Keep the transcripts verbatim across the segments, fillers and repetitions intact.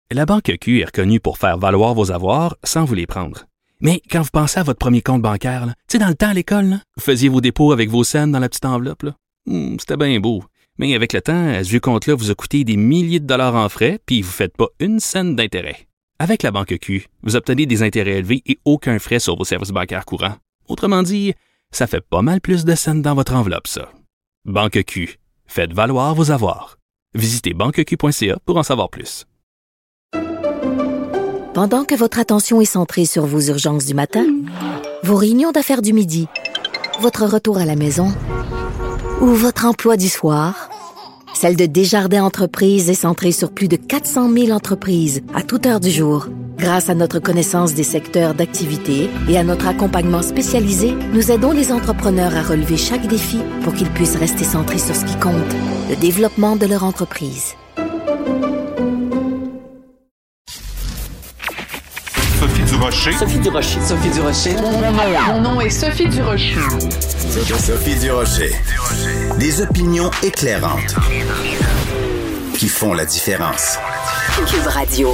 La Banque Q est reconnue pour faire valoir vos avoirs sans vous les prendre. Mais quand vous pensez à votre premier compte bancaire, tu sais, dans le temps à l'école, là, vous faisiez vos dépôts avec vos scènes dans la petite enveloppe. Là. Hum, c'était bien beau. Mais avec le temps, ce vieux compte-là vous a coûté des milliers de dollars en frais, puis vous ne faites pas une scène d'intérêt. Avec la Banque Q, vous obtenez des intérêts élevés et aucun frais sur vos services bancaires courants. Autrement dit, ça fait pas mal plus de scènes dans votre enveloppe, ça. Banque Q. Faites valoir vos avoirs. Visitez banque q point c a pour en savoir plus. Pendant que votre attention est centrée sur vos urgences du matin, vos réunions d'affaires du midi, votre retour à la maison ou votre emploi du soir, celle de Desjardins Entreprises est centrée sur plus de quatre cent mille entreprises à toute heure du jour. Grâce à notre connaissance des secteurs d'activité et à notre accompagnement spécialisé, nous aidons les entrepreneurs à relever chaque défi pour qu'ils puissent rester centrés sur ce qui compte, le développement de leur entreprise. Sophie Durocher. Sophie Durocher. Sophie Durocher. Mon nom est Sophie Durocher. Sophie Durocher. Des opinions éclairantes qui font la différence. Cube Radio.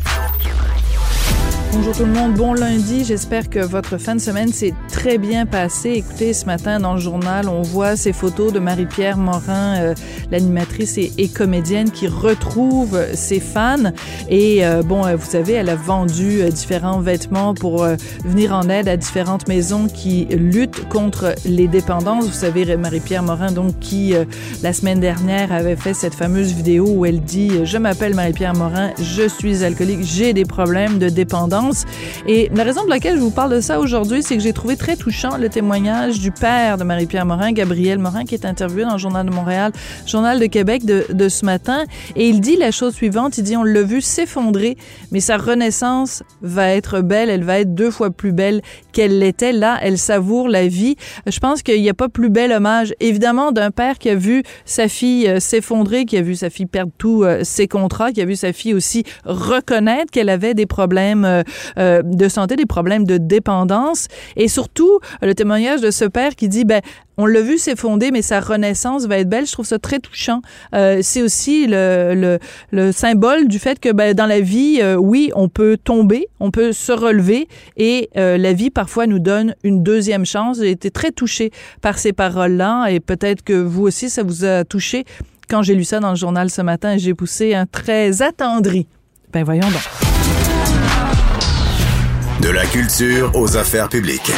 Bonjour tout le monde, bon lundi, j'espère que votre fin de semaine s'est très bien passée. Écoutez, ce matin dans le journal, on voit ces photos de Marie-Pierre Morin, euh, l'animatrice et, et comédienne qui retrouve ses fans. Et euh, bon, euh, vous savez, elle a vendu euh, différents vêtements pour euh, venir en aide à différentes maisons qui luttent contre les dépendances. Vous savez, Marie-Pierre Morin, donc, qui euh, la semaine dernière avait fait cette fameuse vidéo où elle dit « Je m'appelle Marie-Pierre Morin, je suis alcoolique, j'ai des problèmes de dépendance ». Et la raison pour laquelle je vous parle de ça aujourd'hui, c'est que j'ai trouvé très touchant le témoignage du père de Marie-Pierre Morin, Gabriel Morin, qui est interviewé dans le Journal de Montréal, Journal de Québec de, de ce matin. Et il dit la chose suivante, il dit « On l'a vu s'effondrer, mais sa renaissance va être belle, elle va être deux fois plus belle qu'elle l'était. Là, elle savoure la vie. » Je pense qu'il n'y a pas plus bel hommage, évidemment, d'un père qui a vu sa fille euh, s'effondrer, qui a vu sa fille perdre tous euh, ses contrats, qui a vu sa fille aussi reconnaître qu'elle avait des problèmes euh, Euh, de santé, des problèmes de dépendance, et surtout le témoignage de ce père qui dit ben on l'a vu s'effondrer, mais sa renaissance va être belle. Je trouve ça très touchant. Euh, c'est aussi le, le, le symbole du fait que ben, dans la vie, euh, oui, on peut tomber, on peut se relever, et euh, la vie parfois nous donne une deuxième chance. J'ai été très touchée par ces paroles-là, et peut-être que vous aussi, ça vous a touché. Quand j'ai lu ça dans le journal ce matin, j'ai poussé un très attendri. Ben voyons donc. De la culture aux affaires publiques.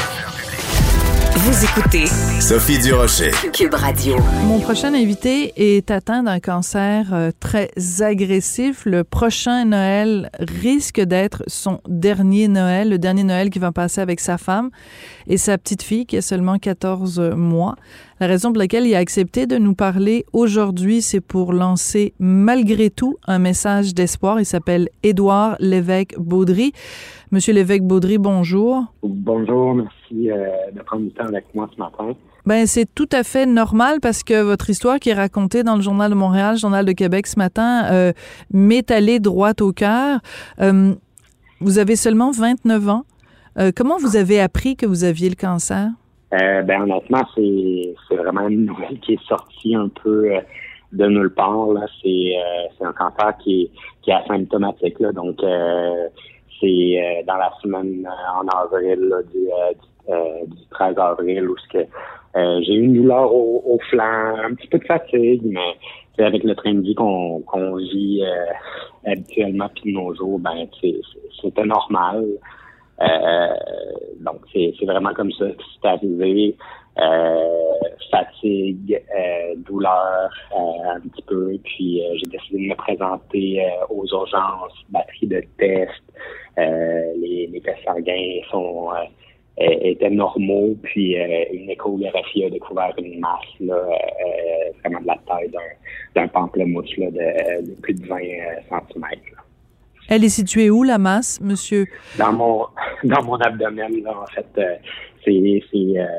Vous écoutez Sophie Durocher. Cube Radio. Mon prochain invité est atteint d'un cancer euh, très agressif. Le prochain Noël risque d'être son dernier Noël, le dernier Noël qu'il va passer avec sa femme et sa petite fille qui a seulement quatorze mois. La raison pour laquelle il a accepté de nous parler aujourd'hui, c'est pour lancer malgré tout un message d'espoir. Il s'appelle Édouard Lévesque-Baudry. Monsieur Lévesque-Baudry, bonjour. Bonjour, merci euh, de prendre du temps avec moi ce matin. Ben c'est tout à fait normal parce que votre histoire qui est racontée dans le Journal de Montréal, le Journal de Québec ce matin, euh, m'est allée droit au cœur. Euh, vous avez seulement vingt-neuf ans. Euh, comment vous avez appris que vous aviez le cancer? Euh, ben honnêtement, c'est, c'est vraiment une nouvelle qui est sortie un peu euh, de nulle part. Là. C'est, euh, c'est un cancer qui est, qui est asymptomatique. Là. Donc, euh, c'est euh, dans la semaine euh, en avril, là, du, euh, du, euh, du treize avril, où ce que, euh, j'ai eu une douleur au, au flanc, un petit peu de fatigue, mais avec le train de vie qu'on, qu'on vit euh, habituellement puis de nos jours, ben c'est, c'était normal. Euh, donc c'est, c'est vraiment comme ça que c'est arrivé. Euh, fatigue, euh, douleur, euh, un petit peu, puis euh, j'ai décidé de me présenter euh, aux urgences, batterie de tests, euh, les, les tests sanguins sont euh, étaient normaux, puis euh, une échographie a découvert une masse là, euh, vraiment de la taille d'un, d'un pamplemousse là, de, de plus de vingt centimètres. Là. Elle est située où, la masse, monsieur? Dans mon dans mon abdomen, là, en fait, euh, c'est c'est, euh,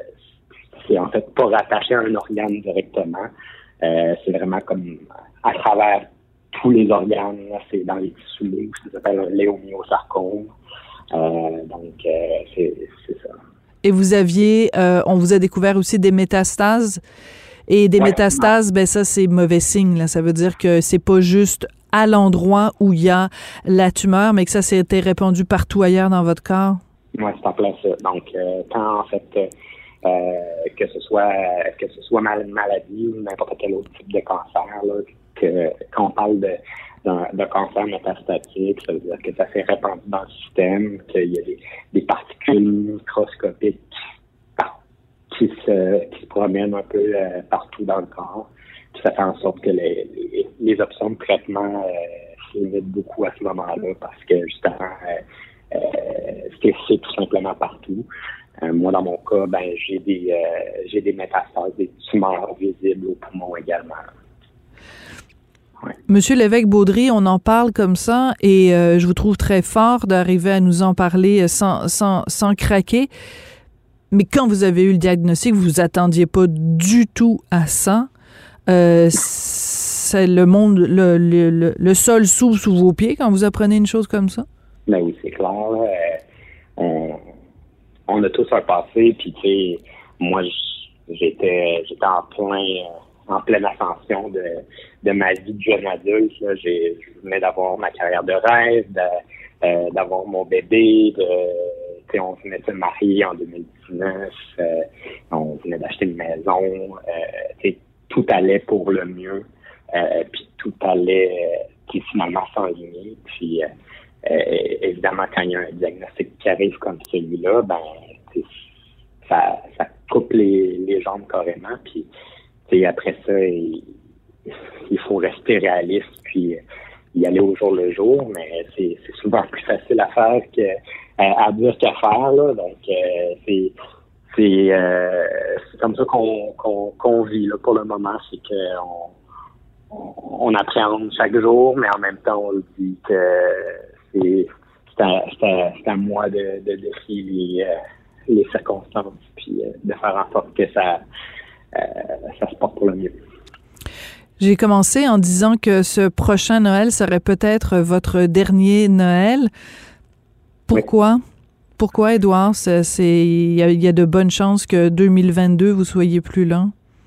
c'est en fait pas rattaché à un organe directement. Euh, c'est vraiment comme à travers tous les organes. Là, c'est dans les tissus, ça s'appelle un léomyosarcome. Euh, donc, euh, c'est, c'est ça. Et vous aviez, euh, on vous a découvert aussi des métastases. Et des ouais, métastases, ben ça, c'est mauvais signe. Là. Ça veut dire que c'est pas juste à l'endroit où il y a la tumeur, mais que ça s'était répandu partout ailleurs dans votre corps? Oui, c'est en plein ça. Donc, euh, quand en fait, euh, que ce soit que ce soit mal, une maladie ou n'importe quel autre type de cancer, là, que quand on parle de, d'un, de cancer métastatique, ça veut dire que ça s'est répandu dans le système, qu'il y a des, des particules microscopiques qui se, qui se promènent un peu euh, partout dans le corps. Puis ça fait en sorte que les, les, les options de traitement euh, se limitent beaucoup à ce moment-là parce que justement, euh, euh, c'est, c'est tout simplement partout. Euh, moi, dans mon cas, ben j'ai des euh, j'ai des métastases, des tumeurs visibles au poumon également. Ouais. Monsieur Lévesque-Baudry, on en parle comme ça et euh, je vous trouve très fort d'arriver à nous en parler sans sans sans craquer. Mais quand vous avez eu le diagnostic, vous vous attendiez pas du tout à ça. Euh, c'est le monde, le, le, le, le sol s'ouvre sous vos pieds quand vous apprenez une chose comme ça? Ben oui, c'est clair. Euh, on, on a tous un passé, puis tu sais, moi, j'étais, j'étais en plein, en pleine ascension de, de ma vie de jeune adulte. Là. J'ai, je venais d'avoir ma carrière de rêve, de, euh, d'avoir mon bébé, de on venait de se marier en deux mille dix-neuf, euh, on venait d'acheter une maison, euh, tout allait pour le mieux, euh, puis tout allait puis finalement s'enligner. Puis euh, euh, évidemment, quand il y a un diagnostic qui arrive comme celui-là, ben ça, ça coupe les, les jambes carrément. Puis après ça, il, il faut rester réaliste, puis y aller au jour le jour, mais c'est, c'est souvent plus facile à faire que à dire qu'à faire, là. Donc, euh, c'est c'est, euh, c'est comme ça qu'on, qu'on, qu'on vit là, pour le moment. C'est qu'on on, on appréhende chaque jour, mais en même temps, on le dit que c'est, c'est, à, c'est, à, c'est à moi de, de défier les, euh, les circonstances puis euh, de faire en sorte que ça, euh, ça se porte pour le mieux. J'ai commencé en disant que ce prochain Noël serait peut-être votre dernier Noël. Pourquoi? Oui. Pourquoi, Édouard? C'est, c'est, il y a, il y a de bonnes chances que deux mille vingt-deux, vous soyez plus là.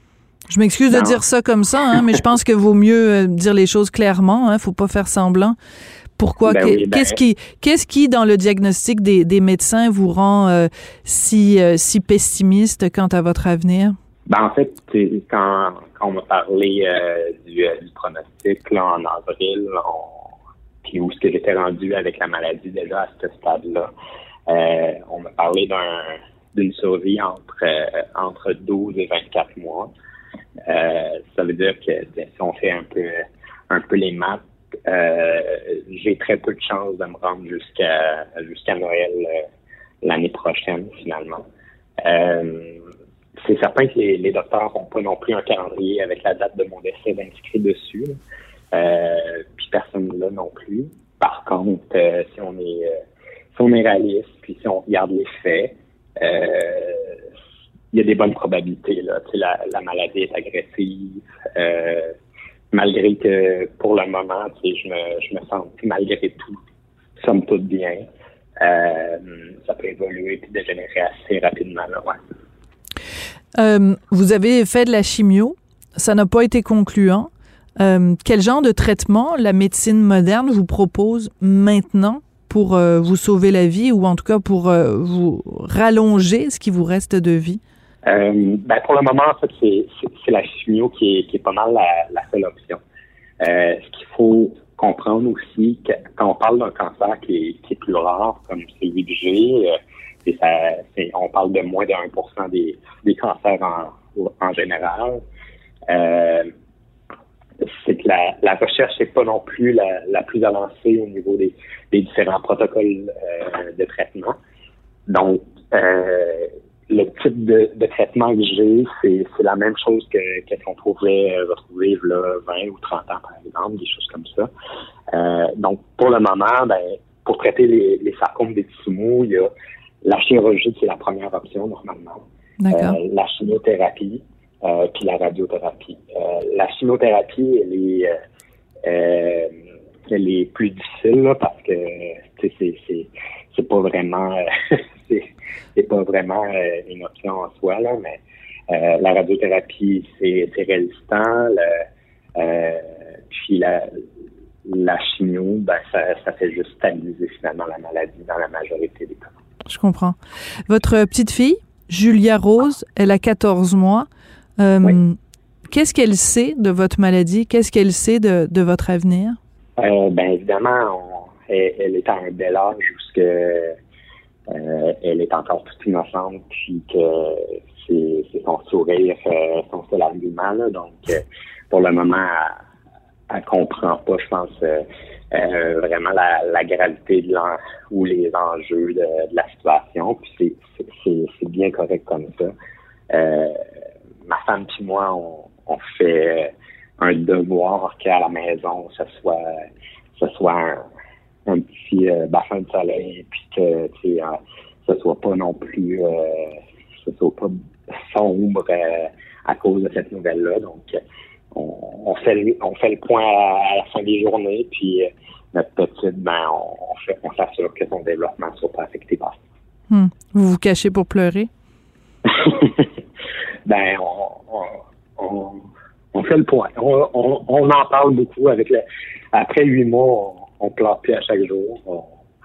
Je m'excuse non. de dire ça comme ça, hein, mais je pense qu'il vaut mieux dire les choses clairement. Hein, faut pas faire semblant. Pourquoi? Ben oui, ben... Qu'est-ce qui, qu'est-ce qui, dans le diagnostic des, des médecins, vous rend euh, si, euh, si pessimiste quant à votre avenir? Ben en fait, quand, quand on m'a parlé euh, du, euh, du pronostic là, en avril, on, puis où est-ce que j'étais rendu avec la maladie déjà à ce stade-là, euh, on m'a parlé d'un, d'une survie entre euh, entre douze et vingt-quatre mois. Euh, ça veut dire que si on fait un peu un peu les maths, euh, j'ai très peu de chances de me rendre jusqu'à jusqu'à Noël euh, l'année prochaine finalement. Euh, C'est certain que les, les docteurs n'ont pas non plus un calendrier avec la date de mon décès inscrit dessus. Euh, puis personne là non plus. Par contre, euh, si on est euh, si on est réaliste, puis si on regarde les faits, euh, il y a des bonnes probabilités. Là. Tu sais, la, la maladie est agressive. Euh, malgré que pour le moment, tu sais, je me je me sens malgré tout, somme toute bien. Euh, ça peut évoluer puis dégénérer assez rapidement là, ouais. Euh, vous avez fait de la chimio, ça n'a pas été concluant. Euh, quel genre de traitement la médecine moderne vous propose maintenant pour euh, vous sauver la vie ou en tout cas pour euh, vous rallonger ce qui vous reste de vie? Euh, ben pour le moment, en fait, c'est, c'est, c'est la chimio qui est, qui est pas mal la, la seule option. Euh, ce qu'il faut comprendre aussi, que, quand on parle d'un cancer qui est, qui est plus rare, comme celui que j'ai, euh, c'est ça, c'est, on parle de moins de un pour cent des, des cancers en, en général. Euh, c'est que la, la recherche n'est pas non plus la, la plus avancée au niveau des, des différents protocoles euh, de traitement. Donc, euh, le type de, de traitement que j'ai, c'est, c'est la même chose que, que qu'on pouvait retrouver là, vingt ou trente ans, par exemple, des choses comme ça. Euh, donc, pour le moment, ben, pour traiter les, les sarcomes des petits mous, il y a la chirurgie, c'est la première option, normalement. D'accord. Euh, la chimiothérapie, euh, puis la radiothérapie. Euh, la chimiothérapie, elle est, euh, euh, elle est plus difficile, là, parce que, tu sais, c'est, c'est, c'est pas vraiment, euh, c'est, c'est pas vraiment euh, une option en soi, là, mais euh, la radiothérapie, c'est, c'est résistant, le, euh, puis la, la chimio, ben ça, ça fait juste stabiliser finalement la maladie dans la majorité des cas. Je comprends. Votre petite fille, Julia Rose, elle a quatorze mois. Euh, oui. Qu'est-ce qu'elle sait de votre maladie? Qu'est-ce qu'elle sait de, de votre avenir? Euh, ben évidemment, on, elle, elle est à un bel âge où que, euh, elle est encore toute innocente, puis que c'est, c'est son sourire, euh, son seul argument. Là, donc, euh, pour le moment, elle, elle comprend pas, je pense, euh, euh, vraiment la, la gravité de l'en, ou les enjeux de, de la situation. Puis c'est, c'est, c'est, c'est bien correct comme ça. Euh, ma femme puis moi, on, on fait un devoir qu'à la maison, ce soit, ce soit un, un petit euh, bassin de soleil, puis que tu sais, euh, ce soit pas non plus, euh, ce soit pas sombre euh, à cause de cette nouvelle-là. Donc, on, on fait le, on fait le point à, à la fin des journées, puis euh, notre petite, ben, on, on fait, on s'assure que son développement ne soit pas affecté par ça. Hmm. Vous vous cachez pour pleurer? ben, on, on, on, on fait le point. On, on, on en parle beaucoup avec le. Après huit mois, on, on pleure plus à chaque jour. On,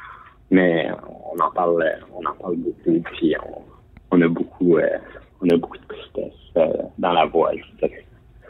mais on en parle, on en parle beaucoup. Puis on, on a beaucoup, euh, on a beaucoup de tristesse euh, dans la voix. Je dirais.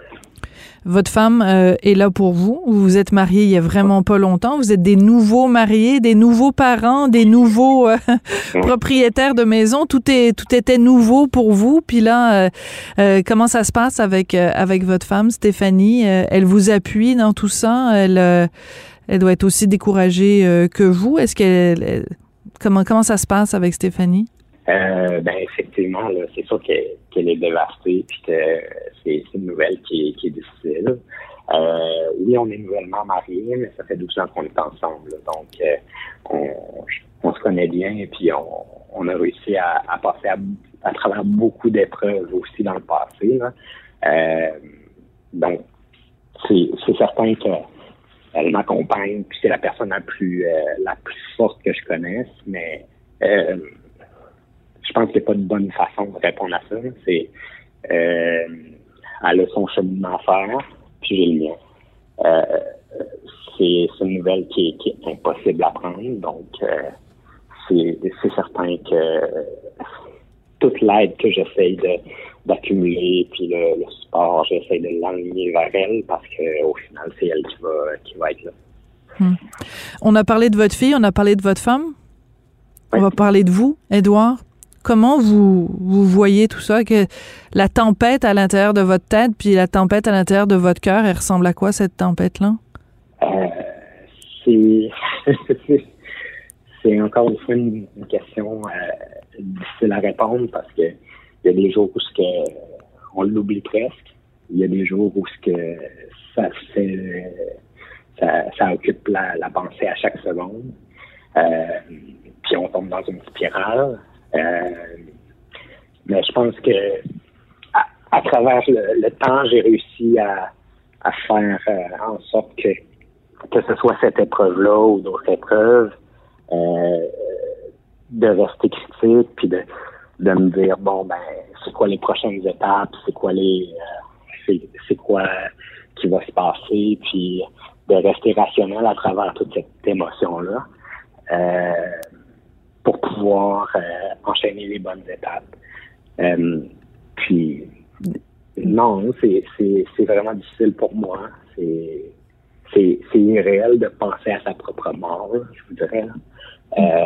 Votre femme euh, est là pour vous. Vous vous êtes mariés il y a vraiment pas longtemps. Vous êtes des nouveaux mariés, des nouveaux parents, des nouveaux euh, propriétaires de maison. Tout est tout était nouveau pour vous. Puis là, euh, euh, comment ça se passe avec euh, avec votre femme, Stéphanie? Euh, elle vous appuie dans tout ça. Elle euh, elle doit être aussi découragée euh, que vous. Est-ce qu'elle elle, comment comment ça se passe avec Stéphanie? Euh, ben effectivement, là, c'est sûr qu'elle, qu'elle est dévastée, puis que c'est, c'est une nouvelle qui est, qui est difficile. Euh, oui, on est nouvellement mariés, mais ça fait douze ans qu'on est ensemble. Là, donc, euh, on, on se connaît bien, et puis on, on a réussi à, à passer à, à travers beaucoup d'épreuves aussi dans le passé. Là. Euh, donc, c'est, c'est certain qu'elle m'accompagne, puis c'est la personne la plus euh, la plus forte que je connaisse, mais euh, je pense qu'il n'y a pas de bonne façon de répondre à ça. C'est, euh, elle a son cheminement à faire, puis j'ai le mien. Euh, c'est, c'est une nouvelle qui est, qui est impossible à prendre, donc euh, c'est, c'est certain que toute l'aide que j'essaye de, d'accumuler, puis le, le support, j'essaye de l'enligner vers elle, parce qu'au final, c'est elle qui va, qui va être là. Hum. On a parlé de votre fille, on a parlé de votre femme. Oui. On va parler de vous, Édouard. Comment vous, vous voyez tout ça, que la tempête à l'intérieur de votre tête puis la tempête à l'intérieur de votre cœur, elle ressemble à quoi, cette tempête-là? Euh, c'est, c'est, c'est encore une fois une, une question euh, difficile à répondre parce que il y a des jours où ce que on l'oublie presque. Il y a des jours où ce que ça fait, ça, ça occupe la, la pensée à chaque seconde. Euh, puis on tombe dans une spirale. Euh, mais je pense que à, à travers le, le temps, j'ai réussi à, à faire euh, en sorte que que ce soit cette épreuve-là ou d'autres épreuves, euh, de rester critique puis de de me dire bon ben c'est quoi les prochaines étapes, c'est quoi les euh, c'est, c'est quoi qui va se passer, puis de rester rationnel à travers toute cette émotion-là. Euh, pour pouvoir euh, enchaîner les bonnes étapes. Euh, puis, non, c'est, c'est, c'est vraiment difficile pour moi. C'est, c'est, c'est irréel de penser à sa propre mort, je vous dirais. Euh,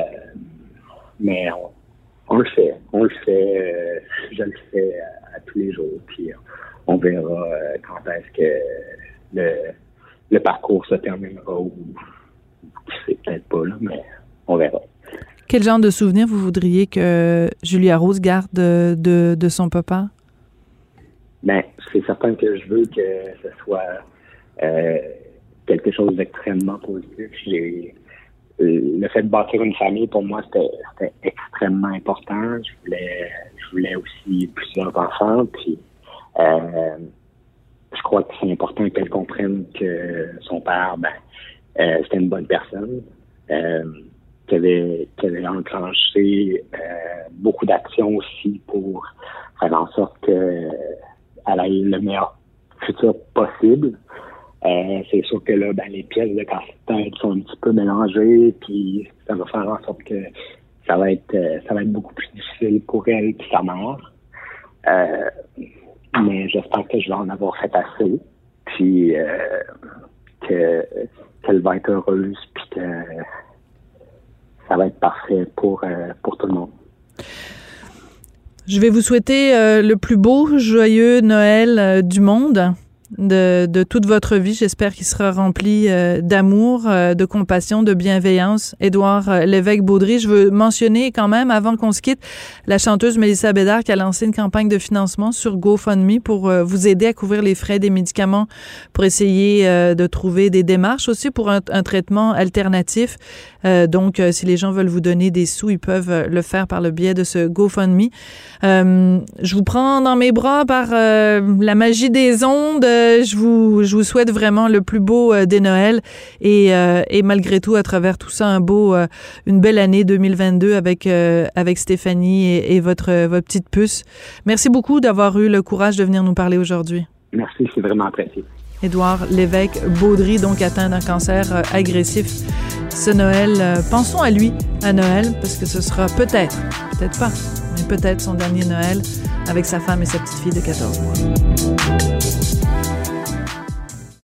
mais on, on le fait. On le fait. Euh, je le fais à, à tous les jours. Puis, on verra euh, quand est-ce que le, le parcours se terminera ou c'est peut-être pas, là, mais on verra. Quel genre de souvenir vous voudriez que Julia Rose garde de, de, de son papa? Ben, c'est certain que je veux que ce soit euh, quelque chose d'extrêmement positif. J'ai, le fait de bâtir une famille, pour moi, c'était, c'était extrêmement important. Je voulais, je voulais aussi plusieurs enfants. Puis, euh, je crois que c'est important qu'elle comprenne que son père, ben, euh, c'était une bonne personne. Euh, qui avait, qui avait enclenché euh, beaucoup d'actions aussi pour faire en sorte qu'elle ait le meilleur futur possible. Euh, c'est sûr que là, ben, les pièces de casse-tête sont un petit peu mélangées, puis ça va faire en sorte que ça va être euh, ça va être beaucoup plus difficile pour elle et sa mère. Euh, mais j'espère que je vais en avoir fait assez, puis euh, que qu'elle va être heureuse, puis que ça va être parfait pour euh, pour tout le monde. Je vais vous souhaiter euh, le plus beau, joyeux Noël euh, du monde, de, de toute votre vie. J'espère qu'il sera rempli euh, d'amour, euh, de compassion, de bienveillance. Édouard euh, Lévesque-Baudry, je veux mentionner quand même, avant qu'on se quitte, la chanteuse Mélissa Bédard qui a lancé une campagne de financement sur GoFundMe pour euh, vous aider à couvrir les frais des médicaments, pour essayer euh, de trouver des démarches aussi pour un, un traitement alternatif. Euh, donc, euh, si les gens veulent vous donner des sous, ils peuvent euh, le faire par le biais de ce GoFundMe. Euh, je vous prends dans mes bras par euh, la magie des ondes. Euh, je vous, je vous souhaite vraiment le plus beau euh, des Noëls et, euh, et malgré tout, à travers tout ça, un beau, euh, une belle année deux mille vingt-deux avec euh, avec Stéphanie et, et votre euh, votre petite puce. Merci beaucoup d'avoir eu le courage de venir nous parler aujourd'hui. Merci, c'est vraiment apprécié. Édouard Lévesque-Baudry, donc atteint d'un cancer euh, agressif. Ce Noël, euh, pensons à lui à Noël, parce que ce sera peut-être, peut-être pas, mais peut-être son dernier Noël avec sa femme et sa petite fille de quatorze mois.